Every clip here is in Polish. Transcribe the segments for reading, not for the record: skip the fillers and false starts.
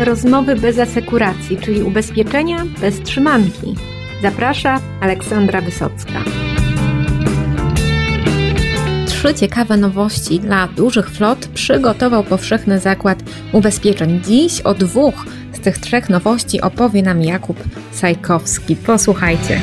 rozmowy bez asekuracji, czyli ubezpieczenia bez trzymanki. Zaprasza Aleksandra Wysocka. 3 ciekawe nowości dla dużych flot przygotował Powszechny Zakład Ubezpieczeń. Dziś o 2 z tych 3 nowości opowie nam Jakub Sajkowski. Posłuchajcie.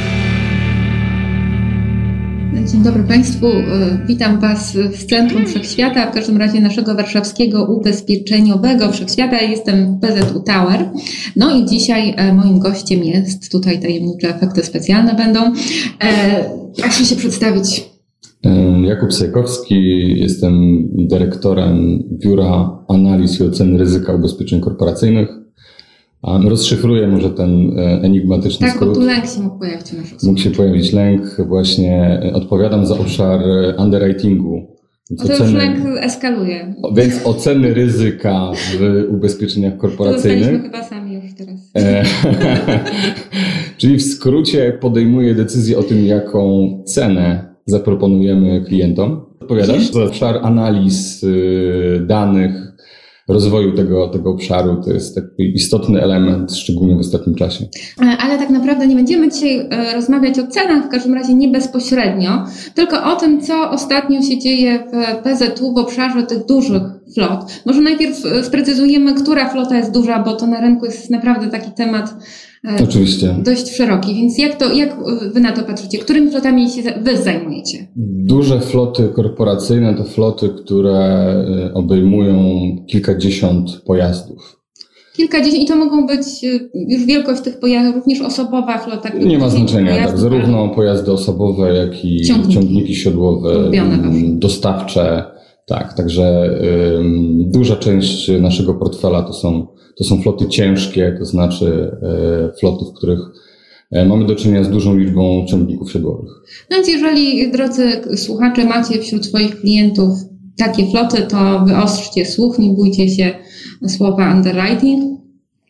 Dzień dobry Państwu, witam Was w Centrum Wszechświata, w każdym razie naszego warszawskiego ubezpieczeniowego Wszechświata. Jestem w PZU Tower. No i dzisiaj moim gościem jest, tutaj tajemnicze efekty specjalne będą. Proszę się przedstawić. Jakub Sajkowski, jestem dyrektorem Biura Analiz i Oceny Ryzyka Ubezpieczeń Korporacyjnych. Rozszyfruję może ten enigmatyczny skrót. Tak, bo tu lęk się mógł pojawić. Mógł się pojawić lęk. Właśnie odpowiadam za obszar underwritingu. To już lęk eskaluje. Więc oceny ryzyka w ubezpieczeniach korporacyjnych. To zostaliśmy chyba sami już teraz. Czyli w skrócie podejmuję decyzję o tym, jaką cenę zaproponujemy klientom. Odpowiadasz za obszar analiz danych, rozwoju tego obszaru. To jest taki istotny element, szczególnie w ostatnim czasie. Ale tak naprawdę nie będziemy dzisiaj rozmawiać o cenach, w każdym razie nie bezpośrednio, tylko o tym, co ostatnio się dzieje w PZU w obszarze tych dużych flot. Może najpierw sprecyzujemy, która flota jest duża, bo to na rynku jest naprawdę taki temat oczywiście dość szeroki. Więc jak Wy na to patrzycie? Którymi flotami się Wy zajmujecie? Duże floty korporacyjne to floty, które obejmują kilkadziesiąt pojazdów. Kilkadziesiąt i to mogą być już wielkość tych pojazdów, również osobowa flota. Nie ma znaczenia, tak. Zarówno pojazdy osobowe, jak i ciągniki siodłowe, dostawcze. Tak, także duża część naszego portfela to są floty ciężkie, to znaczy floty, w których mamy do czynienia z dużą liczbą ciągników siodłowych. No więc jeżeli, drodzy słuchacze, macie wśród swoich klientów takie floty, to wyostrzycie słuch, nie bójcie się słowa underwriting.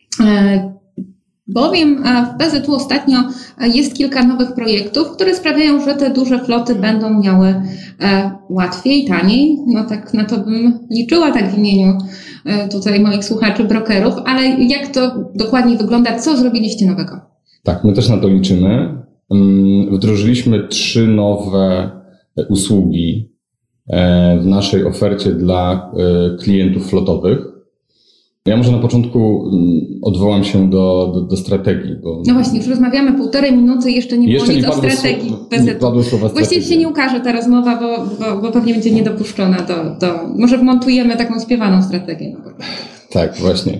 Bowiem w PZU ostatnio jest kilka nowych projektów, które sprawiają, że te duże floty będą miały łatwiej, taniej. No tak na to bym liczyła, tak w imieniu tutaj moich słuchaczy, brokerów, ale jak to dokładnie wygląda? Co zrobiliście nowego? Tak, my też na to liczymy. Wdrożyliśmy 3 nowe usługi w naszej ofercie dla klientów flotowych. Ja może na początku odwołam się do strategii. No właśnie, już rozmawiamy 1,5 minuty, jeszcze nie było nic o strategii PZU. Właściwie się nie ukaże ta rozmowa, bo pewnie będzie niedopuszczona może wmontujemy taką śpiewaną strategię. Tak, właśnie.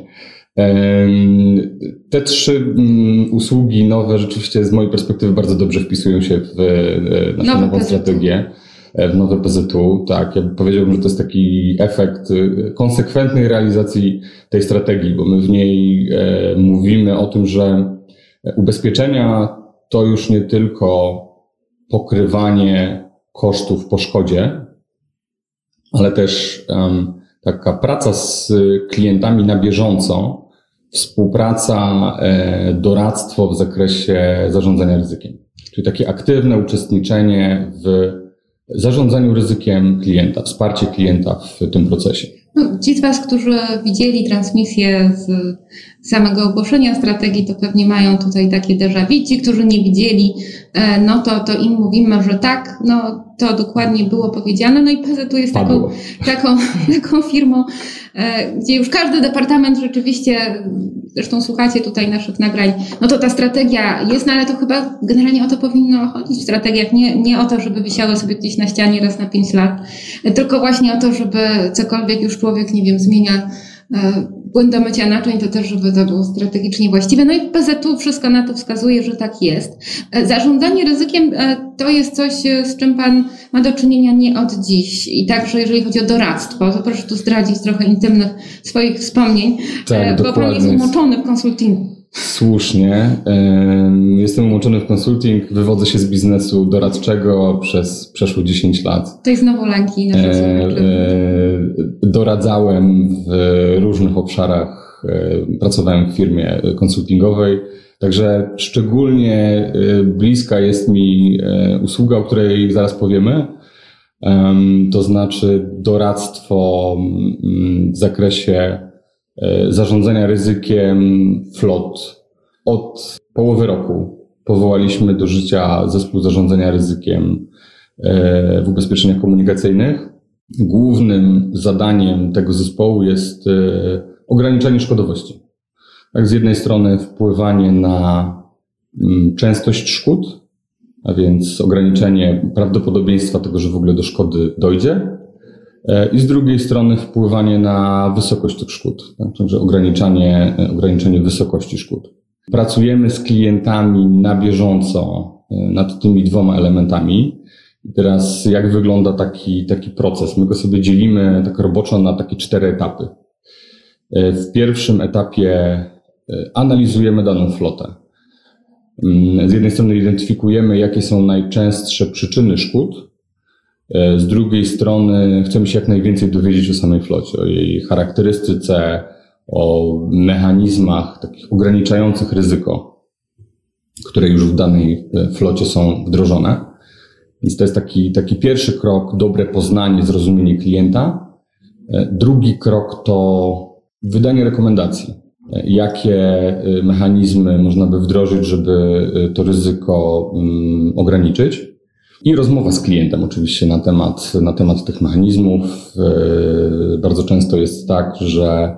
Te 3 usługi nowe rzeczywiście z mojej perspektywy bardzo dobrze wpisują się w naszą nową strategię. W nowe PZU, tak. Ja powiedziałbym, że to jest taki efekt konsekwentnej realizacji tej strategii, bo my w niej mówimy o tym, że ubezpieczenia to już nie tylko pokrywanie kosztów po szkodzie, ale też taka praca z klientami na bieżąco, współpraca, doradztwo w zakresie zarządzania ryzykiem. Czyli takie aktywne uczestniczenie w zarządzaniu ryzykiem klienta, wsparcie klienta w tym procesie. No, ci z Was, którzy widzieli transmisję z samego ogłoszenia strategii, to pewnie mają tutaj takie déjà vu. Ci, którzy nie widzieli, no to im mówimy, że tak, no to dokładnie było powiedziane. No i PZU jest taką firmą, gdzie już każdy departament rzeczywiście, zresztą słuchacie tutaj naszych nagrań, no to ta strategia jest, no ale to chyba generalnie o to powinno chodzić w strategiach, nie o to, żeby wisiały sobie gdzieś na ścianie raz na 5 lat, tylko właśnie o to, żeby cokolwiek już człowiek, nie wiem, zmienia płyn do mycia naczyń, to też, żeby to było strategicznie właściwe. No i w PZU wszystko na to wskazuje, że tak jest. Zarządzanie ryzykiem to jest coś, z czym Pan ma do czynienia nie od dziś. I także jeżeli chodzi o doradztwo, to proszę tu zdradzić trochę intymnych swoich wspomnień, tak, bo Pan jest umoczony w konsultingu. Słusznie. Jestem umoczony w konsulting, wywodzę się z biznesu doradczego przez przeszło 10 lat. To jest znowu lęki na doradzałem w różnych obszarach, pracowałem w firmie konsultingowej, także szczególnie bliska jest mi usługa, o której zaraz powiemy, to znaczy doradztwo w zakresie zarządzania ryzykiem flot. Od połowy roku powołaliśmy do życia zespół zarządzania ryzykiem w ubezpieczeniach komunikacyjnych. Głównym zadaniem tego zespołu jest ograniczanie szkodowości. Tak, z jednej strony wpływanie na częstość szkód, a więc ograniczenie prawdopodobieństwa tego, że w ogóle do szkody dojdzie, i z drugiej strony wpływanie na wysokość tych szkód, tak, także ograniczenie wysokości szkód. Pracujemy z klientami na bieżąco nad tymi dwoma elementami. I teraz jak wygląda taki proces? My go sobie dzielimy tak roboczo na takie 4 etapy. W pierwszym etapie analizujemy daną flotę. Z jednej strony identyfikujemy, jakie są najczęstsze przyczyny szkód. Z drugiej strony chcemy się jak najwięcej dowiedzieć o samej flocie, o jej charakterystyce, o mechanizmach takich ograniczających ryzyko, które już w danej flocie są wdrożone. Więc to jest taki pierwszy krok, dobre poznanie, zrozumienie klienta. Drugi krok to wydanie rekomendacji. Jakie mechanizmy można by wdrożyć, żeby to ryzyko ograniczyć. I rozmowa z klientem oczywiście na temat tych mechanizmów. Bardzo często jest tak, że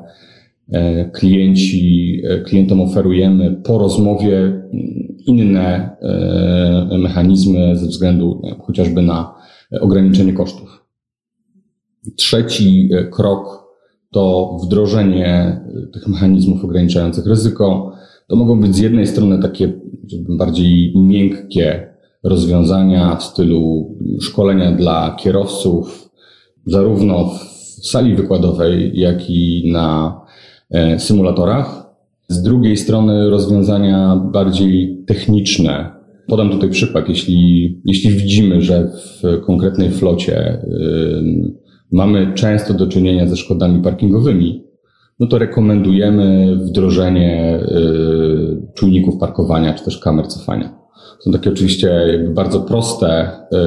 klientom oferujemy po rozmowie inne mechanizmy ze względu chociażby na ograniczenie kosztów. Trzeci krok to wdrożenie tych mechanizmów ograniczających ryzyko. To mogą być z jednej strony takie bardziej miękkie rozwiązania w stylu szkolenia dla kierowców, zarówno w sali wykładowej, jak i na symulatorach. Z drugiej strony rozwiązania bardziej techniczne. Podam tutaj przykład. Jeśli widzimy, że w konkretnej flocie mamy często do czynienia ze szkodami parkingowymi, no to rekomendujemy wdrożenie czujników parkowania czy też kamer cofania. Są takie oczywiście jakby bardzo proste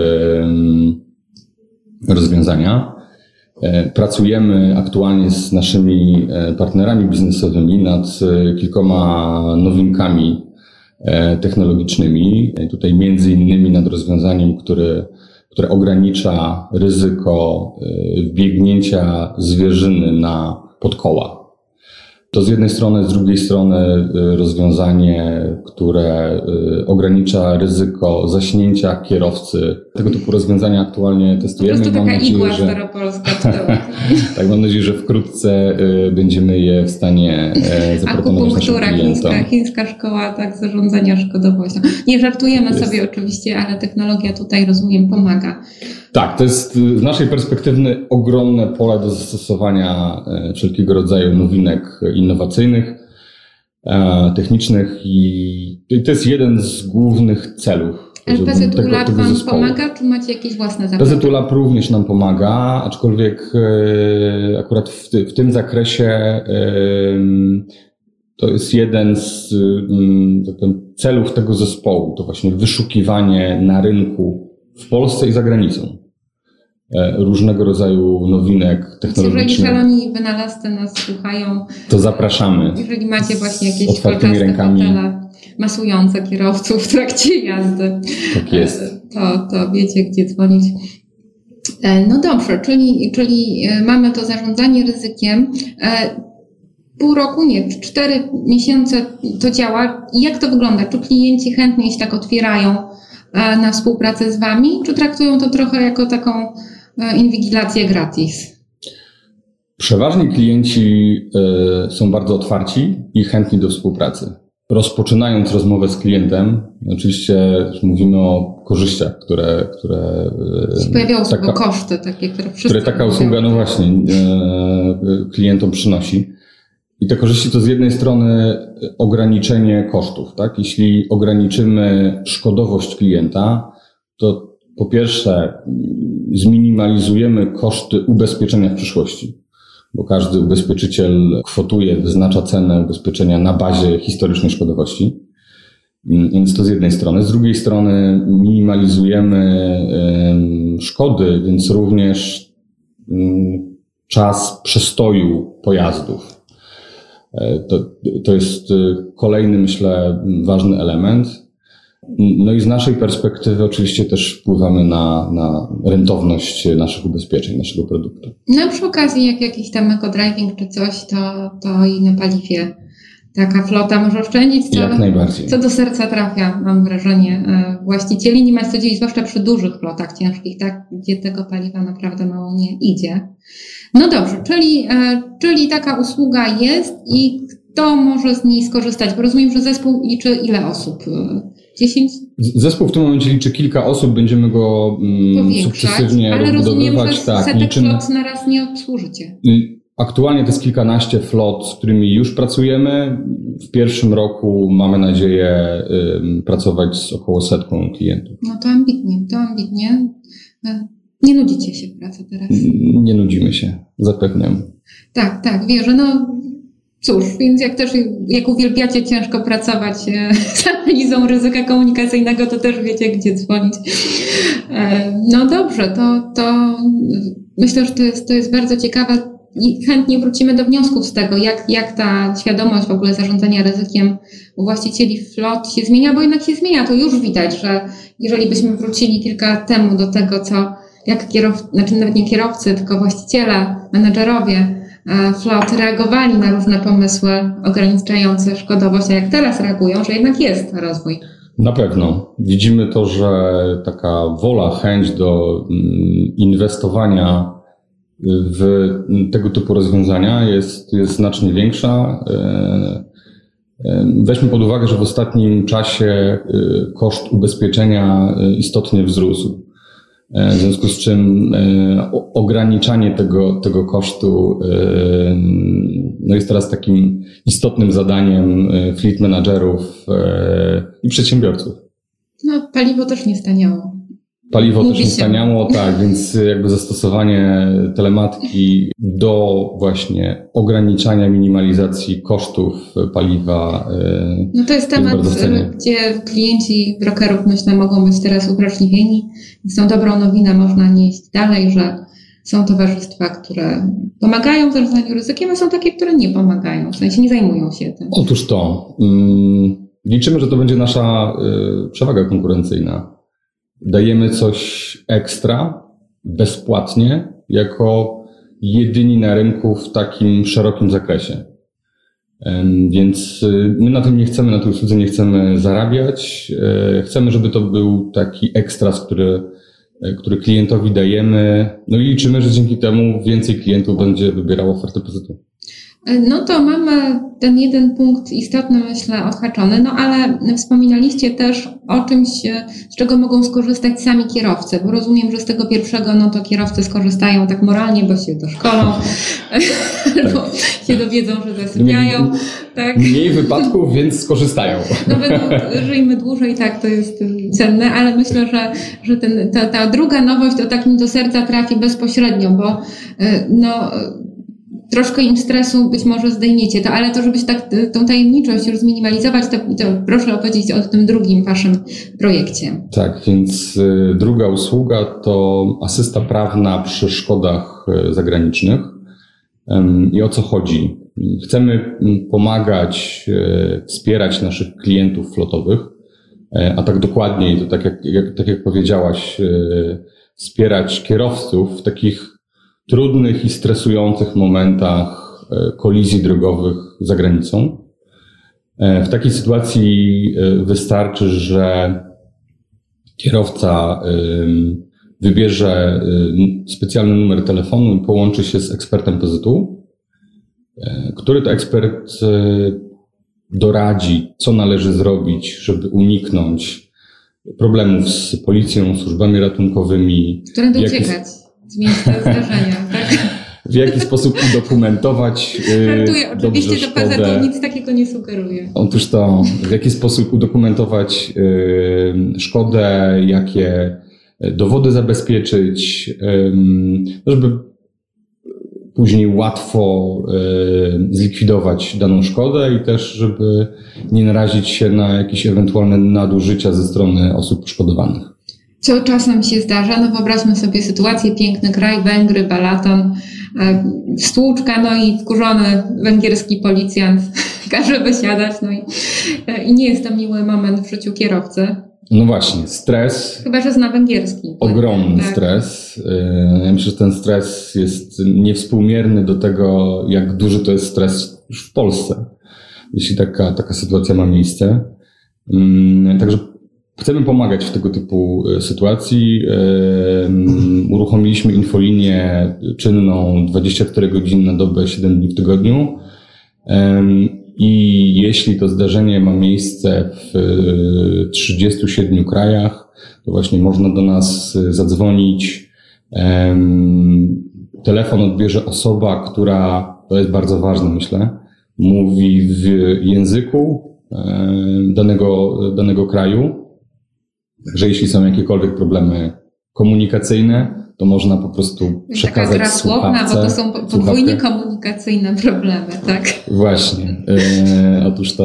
rozwiązania. Pracujemy aktualnie z naszymi partnerami biznesowymi nad kilkoma nowinkami technologicznymi. Tutaj między innymi nad rozwiązaniem, które ogranicza ryzyko wbiegnięcia zwierzyny pod koła. To z jednej strony, z drugiej strony rozwiązanie, które ogranicza ryzyko zaśnięcia kierowcy. Tego typu rozwiązania aktualnie testujemy. Po prostu taka igła staropolska. Tak, mam nadzieję, że wkrótce będziemy je w stanie zaproponować naszym klientom. Chińska szkoła zarządzania szkodowością. Nie żartujemy sobie oczywiście, ale technologia tutaj, rozumiem, pomaga. Tak, to jest z naszej perspektywy ogromne pole do zastosowania wszelkiego rodzaju nowinek innowacyjnych, technicznych i to jest jeden z głównych celów. Ale PZU Lab wam pomaga, czy macie jakieś własne zaplecze? PZU Lab również nam pomaga, aczkolwiek akurat w tym zakresie to jest jeden z celów tego zespołu, to właśnie wyszukiwanie na rynku w Polsce i za granicą różnego rodzaju nowinek technologicznych. Jeżeli szaloni wynalazcy nas słuchają, to zapraszamy. Jeżeli macie właśnie jakieś kolczaste fotele masujące kierowców w trakcie jazdy, tak jest. To wiecie, gdzie dzwonić. No dobrze, czyli mamy to zarządzanie ryzykiem. Pół roku, 4 miesiące to działa. Jak to wygląda? Czy klienci chętnie się tak otwierają na współpracę z wami, czy traktują to trochę jako taką inwigilację gratis? Przeważnie klienci są bardzo otwarci i chętni do współpracy. Rozpoczynając rozmowę z klientem, oczywiście mówimy o korzyściach, które pojawiają się koszty takie, które taka usługa, no właśnie, klientom przynosi. I te korzyści to z jednej strony ograniczenie kosztów, tak? Jeśli ograniczymy szkodowość klienta, to po pierwsze zminimalizujemy koszty ubezpieczenia w przyszłości, bo każdy ubezpieczyciel kwotuje, wyznacza cenę ubezpieczenia na bazie historycznej szkodowości. Więc to z jednej strony. Z drugiej strony minimalizujemy szkody, więc również czas przestoju pojazdów. To jest kolejny, myślę, ważny element. No i z naszej perspektywy oczywiście też wpływamy na rentowność naszych ubezpieczeń, naszego produktu. No przy okazji, jak jakiś tam eco-driving czy coś, to i na paliwie taka flota może oszczędzić, Jak najbardziej. Co do serca trafia, mam wrażenie, właścicieli. Nie ma co dzielić, zwłaszcza przy dużych flotach ciężkich, tak, gdzie tego paliwa naprawdę mało nie idzie. No dobrze, czyli taka usługa jest i kto może z niej skorzystać? Bo rozumiem, że zespół liczy ile osób? 10? Zespół w tym momencie liczy kilka osób, będziemy go sukcesywnie ale rozbudowywać. Rozumiem, że setek flot na raz nie obsłużycie. Aktualnie to jest kilkanaście flot, z którymi już pracujemy. W pierwszym roku mamy nadzieję pracować z około 100 klientów. No to ambitnie. Nie nudzicie się w pracy teraz? Nie nudzimy się, zapewniam. Tak, wierzę. No cóż, więc jak uwielbiacie ciężko pracować z analizą ryzyka komunikacyjnego, to też wiecie, gdzie dzwonić. No dobrze, to myślę, że to jest bardzo ciekawe. I chętnie wrócimy do wniosków z tego, jak ta świadomość w ogóle zarządzania ryzykiem u właścicieli flot się zmienia, bo jednak się zmienia. To już widać, że jeżeli byśmy wrócili kilka lat temu do tego, jak nawet nie kierowcy, tylko właściciele, menedżerowie flot reagowali na różne pomysły ograniczające szkodowość, a jak teraz reagują, że jednak jest rozwój. Na pewno. Widzimy to, że taka wola, chęć do inwestowania w tego typu rozwiązania jest znacznie większa. Weźmy pod uwagę, że w ostatnim czasie koszt ubezpieczenia istotnie wzrósł. W związku z czym ograniczanie tego kosztu jest teraz takim istotnym zadaniem fleet managerów i przedsiębiorców. No, paliwo też nie staniało. Paliwo też nie staniało, tak, więc jakby zastosowanie telematyki do właśnie ograniczania, minimalizacji kosztów paliwa. No to jest temat, gdzie klienci brokerów, myślę, mogą być teraz uwrażliwieni. Jest tą dobrą nowinę można nieść dalej, że są towarzystwa, które pomagają w zarządzaniu ryzykiem, a są takie, które nie pomagają, w sensie nie zajmują się tym. Otóż to. Liczymy, że to będzie nasza przewaga konkurencyjna. Dajemy coś ekstra, bezpłatnie, jako jedyni na rynku w takim szerokim zakresie. Więc my na tym nie chcemy, na tej usłudze nie chcemy zarabiać. Chcemy, żeby to był taki ekstras, który klientowi dajemy. No i liczymy, że dzięki temu więcej klientów będzie wybierało ofertę PZU. No to mamy ten jeden punkt istotny, myślę, odhaczony, no ale wspominaliście też o czymś, z czego mogą skorzystać sami kierowcy, bo rozumiem, że z tego pierwszego, no to kierowcy skorzystają tak moralnie, bo się doszkolą, albo się dowiedzą, że zasypiają. Tak. Mniej wypadków, więc skorzystają. No żyjmy dłużej, tak, to jest cenne, ale myślę, że ta druga nowość to tak mi do serca trafi bezpośrednio, bo troszkę im stresu być może zdejmiecie to, ale to, żebyś tak tą tajemniczość już zminimalizować, to proszę opowiedzieć o tym drugim waszym projekcie. Tak, więc druga usługa to asysta prawna przy szkodach zagranicznych. I o co chodzi? Chcemy pomagać, wspierać naszych klientów flotowych, a tak dokładniej, to tak jak powiedziałaś, wspierać kierowców w takich trudnych i stresujących momentach kolizji drogowych za granicą. W takiej sytuacji wystarczy, że kierowca wybierze specjalny numer telefonu i połączy się z ekspertem PZU, który to ekspert doradzi, co należy zrobić, żeby uniknąć problemów z policją, służbami ratunkowymi. Którędy uciekać z miejsca zdarzenia, tak? W jaki sposób udokumentować oczywiście, że PZU nic takiego nie sugeruje. Otóż to, w jaki sposób udokumentować szkodę, jakie dowody zabezpieczyć, żeby później łatwo zlikwidować daną szkodę i też, żeby nie narazić się na jakieś ewentualne nadużycia ze strony osób poszkodowanych. Co czasem się zdarza, no wyobraźmy sobie sytuację, piękny kraj, Węgry, Balaton, stłuczka, no i wkurzony węgierski policjant każe wysiadać, no i nie jest to miły moment w życiu kierowcy. No właśnie, stres. Chyba że zna węgierski. Ogromny stres. Ja myślę, że ten stres jest niewspółmierny do tego, jak duży to jest stres już w Polsce, jeśli taka sytuacja ma miejsce. Także chcemy pomagać w tego typu sytuacji. Uruchomiliśmy infolinię czynną 24 godziny na dobę, 7 dni w tygodniu. I jeśli to zdarzenie ma miejsce w 37 krajach, to właśnie można do nas zadzwonić. Telefon odbierze osoba, która, to jest bardzo ważne, myślę, mówi w języku danego kraju, że jeśli są jakiekolwiek problemy komunikacyjne, to można po prostu przekazać taka gra słowna, bo to są podwójnie komunikacyjne problemy, tak? Właśnie. Otóż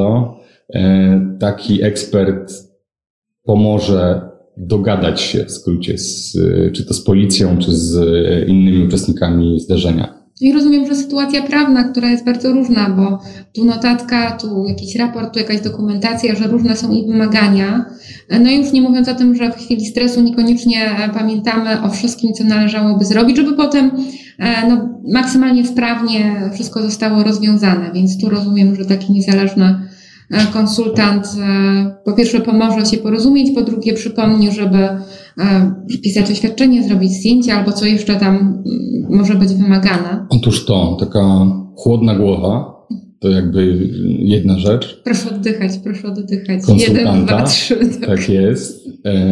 taki ekspert pomoże dogadać się w skrócie czy to z policją, czy z innymi uczestnikami zdarzenia. I rozumiem, że sytuacja prawna, która jest bardzo różna, bo tu notatka, tu jakiś raport, tu jakaś dokumentacja, że różne są i wymagania. No i już nie mówiąc o tym, że w chwili stresu niekoniecznie pamiętamy o wszystkim, co należałoby zrobić, żeby potem maksymalnie sprawnie wszystko zostało rozwiązane. Więc tu rozumiem, że taki niezależny konsultant po pierwsze pomoże się porozumieć, po drugie przypomni, żeby wpisać oświadczenie, zrobić zdjęcie albo co jeszcze tam może być wymagane. Otóż taka chłodna głowa to jakby jedna rzecz. Proszę oddychać. Konsultanta, 1, 2, 3. Tak jest.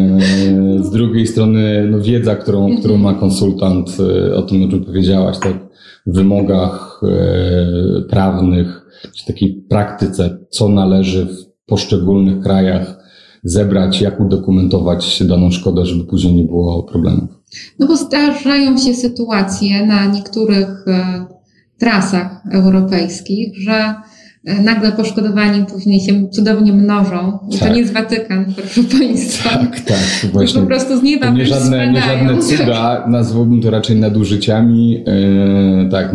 Z drugiej strony wiedza, którą ma konsultant o tym, o czym powiedziałaś, tak, w wymogach prawnych, czy takiej praktyce, co należy w poszczególnych krajach zebrać, jak udokumentować daną szkodę, żeby później nie było problemów. No bo zdarzają się sytuacje na niektórych trasach europejskich, że nagle poszkodowani później się cudownie mnożą. Tak. To nie jest Watykan, proszę Państwa. Tak, właśnie. Po prostu z nieba nie żadne cuda, nazwałbym to raczej nadużyciami. Tak,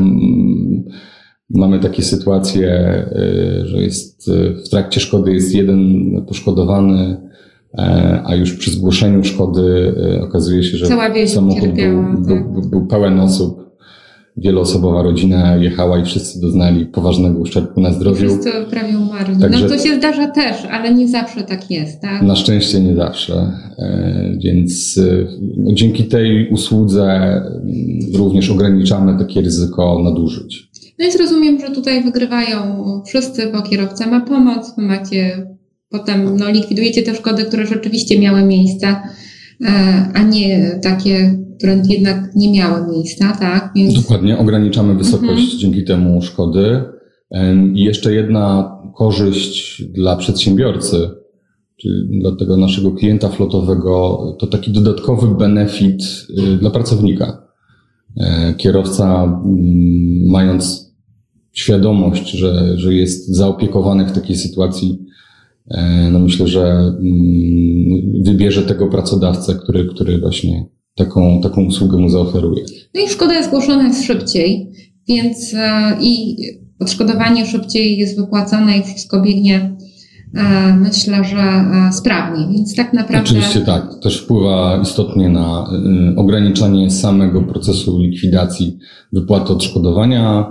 mamy takie sytuacje, że w trakcie szkody jest jeden poszkodowany, a już przy zgłoszeniu szkody okazuje się, że samochód był pełen osób. Wieloosobowa rodzina jechała i wszyscy doznali poważnego uszczerbku na zdrowiu. Wszyscy prawie umarli. Także to się zdarza też, ale nie zawsze tak jest, tak? Na szczęście nie zawsze. Więc dzięki tej usłudze również ograniczamy takie ryzyko nadużyć. No i rozumiem, że tutaj wygrywają wszyscy, bo kierowca ma pomoc, wy macie potem, likwidujecie te szkody, które rzeczywiście miały miejsce, a nie takie, które jednak nie miały miejsca, tak? Więc... Dokładnie, ograniczamy wysokość dzięki temu szkody. I jeszcze jedna korzyść dla przedsiębiorcy, czyli dla tego naszego klienta flotowego, to taki dodatkowy benefit dla pracownika. Kierowca, mając świadomość, że jest zaopiekowany w takiej sytuacji, myślę, że wybierze tego pracodawcę, który właśnie taką usługę mu zaoferuje. No i szkoda zgłoszona jest szybciej, więc i odszkodowanie szybciej jest wypłacone i wszystko biegnie, myślę, że sprawnie, więc tak naprawdę... Oczywiście tak, też wpływa istotnie na ograniczanie samego procesu likwidacji wypłaty odszkodowania,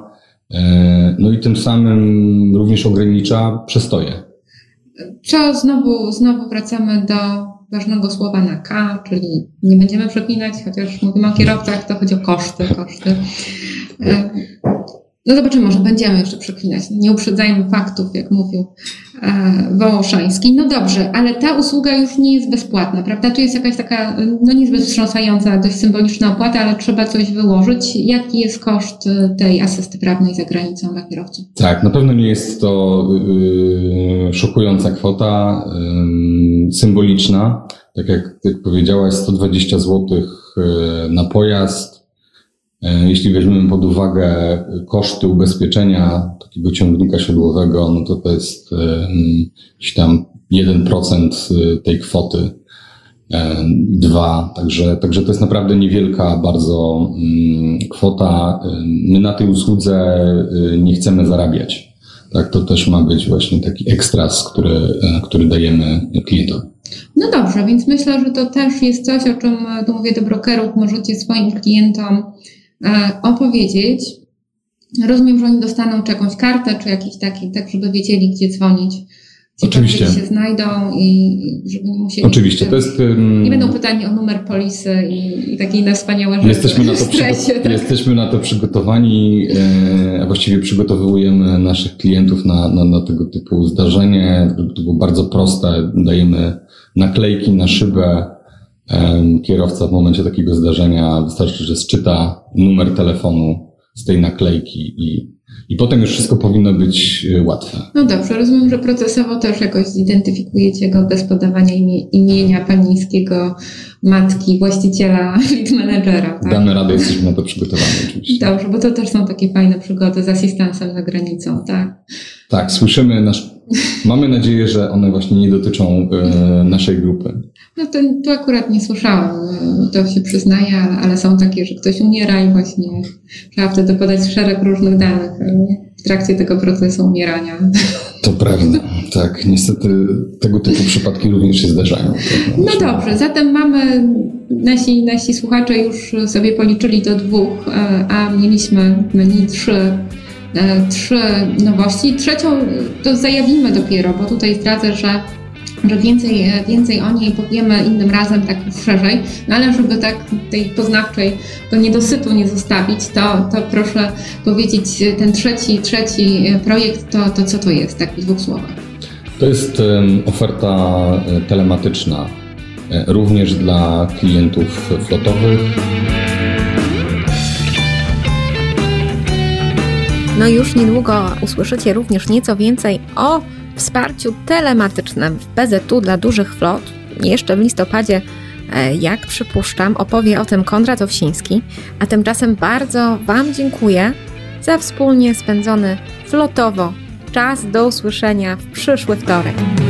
i tym samym również ogranicza przestoje. Co znowu wracamy do ważnego słowa na K, czyli nie będziemy przeklinać, chociaż mówimy o kierowcach, to chodzi o koszty. Zobaczymy, może będziemy jeszcze przeklinać. Nie uprzedzajmy faktów, jak mówił Wołoszański. No dobrze, ale ta usługa już nie jest bezpłatna, prawda? Tu jest jakaś taka, niezbyt wstrząsająca, dość symboliczna opłata, ale trzeba coś wyłożyć. Jaki jest koszt tej asysty prawnej za granicą dla kierowców? Tak, na pewno nie jest to szokująca kwota, symboliczna. Tak jak powiedziałaś, 120 zł na pojazd. Jeśli weźmiemy pod uwagę koszty ubezpieczenia takiego ciągnika siodłowego, to jest gdzieś tam 1% tej kwoty. 2, także to jest naprawdę niewielka bardzo kwota. My na tej usłudze nie chcemy zarabiać. Tak, to też ma być właśnie taki ekstras, który dajemy klientowi. No dobrze, więc myślę, że to też jest coś, o czym, tu mówię do brokerów, możecie swoim klientom opowiedzieć. Rozumiem, że oni dostaną czy jakąś kartę, czy jakiś taki, tak żeby wiedzieli, gdzie dzwonić. Oczywiście. Się znajdą i żeby nie musieli... Oczywiście, to jest... Nie będą pytani o numer polisy i takie inne wspaniałe rzeczy. Jesteśmy na to przygotowani, a właściwie przygotowujemy naszych klientów na tego typu zdarzenie. To było bardzo proste. Dajemy naklejki na szybę. Kierowca w momencie takiego zdarzenia wystarczy, że sczyta numer telefonu z tej naklejki i potem już wszystko powinno być łatwe. No dobrze, rozumiem, że procesowo też jakoś zidentyfikujecie go bez podawania imienia panieńskiego, matki, właściciela, lead managera. Tak? Damy radę, jesteśmy na to przygotowani oczywiście. Dobrze, bo to też są takie fajne przygody z asystansem za granicą, tak? Tak, słyszymy, mamy nadzieję, że one właśnie nie dotyczą naszej grupy. No to akurat nie słyszałam, to się przyznaję, ale są takie, że ktoś umiera i właśnie trzeba wtedy podać szereg różnych danych w trakcie tego procesu umierania. To prawda, tak. Niestety tego typu przypadki również się zdarzają. No dobrze, zatem mamy, nasi słuchacze już sobie policzyli do 2, a mieliśmy w menu 3 nowości. Trzecią to zajawimy dopiero, bo tutaj zdradzę, że więcej o niej powiemy innym razem, tak szerzej, no ale żeby tak tej poznawczej to niedosytu nie zostawić, to proszę powiedzieć ten trzeci projekt, to co to jest, tak w 2 słowach. To jest oferta telematyczna, również dla klientów flotowych. No już niedługo usłyszycie również nieco więcej o wsparciu telematycznym w PZU dla dużych flot. Jeszcze w listopadzie, jak przypuszczam, opowie o tym Konrad Owsiński, a tymczasem bardzo Wam dziękuję za wspólnie spędzony flotowo czas. Do usłyszenia w przyszły wtorek.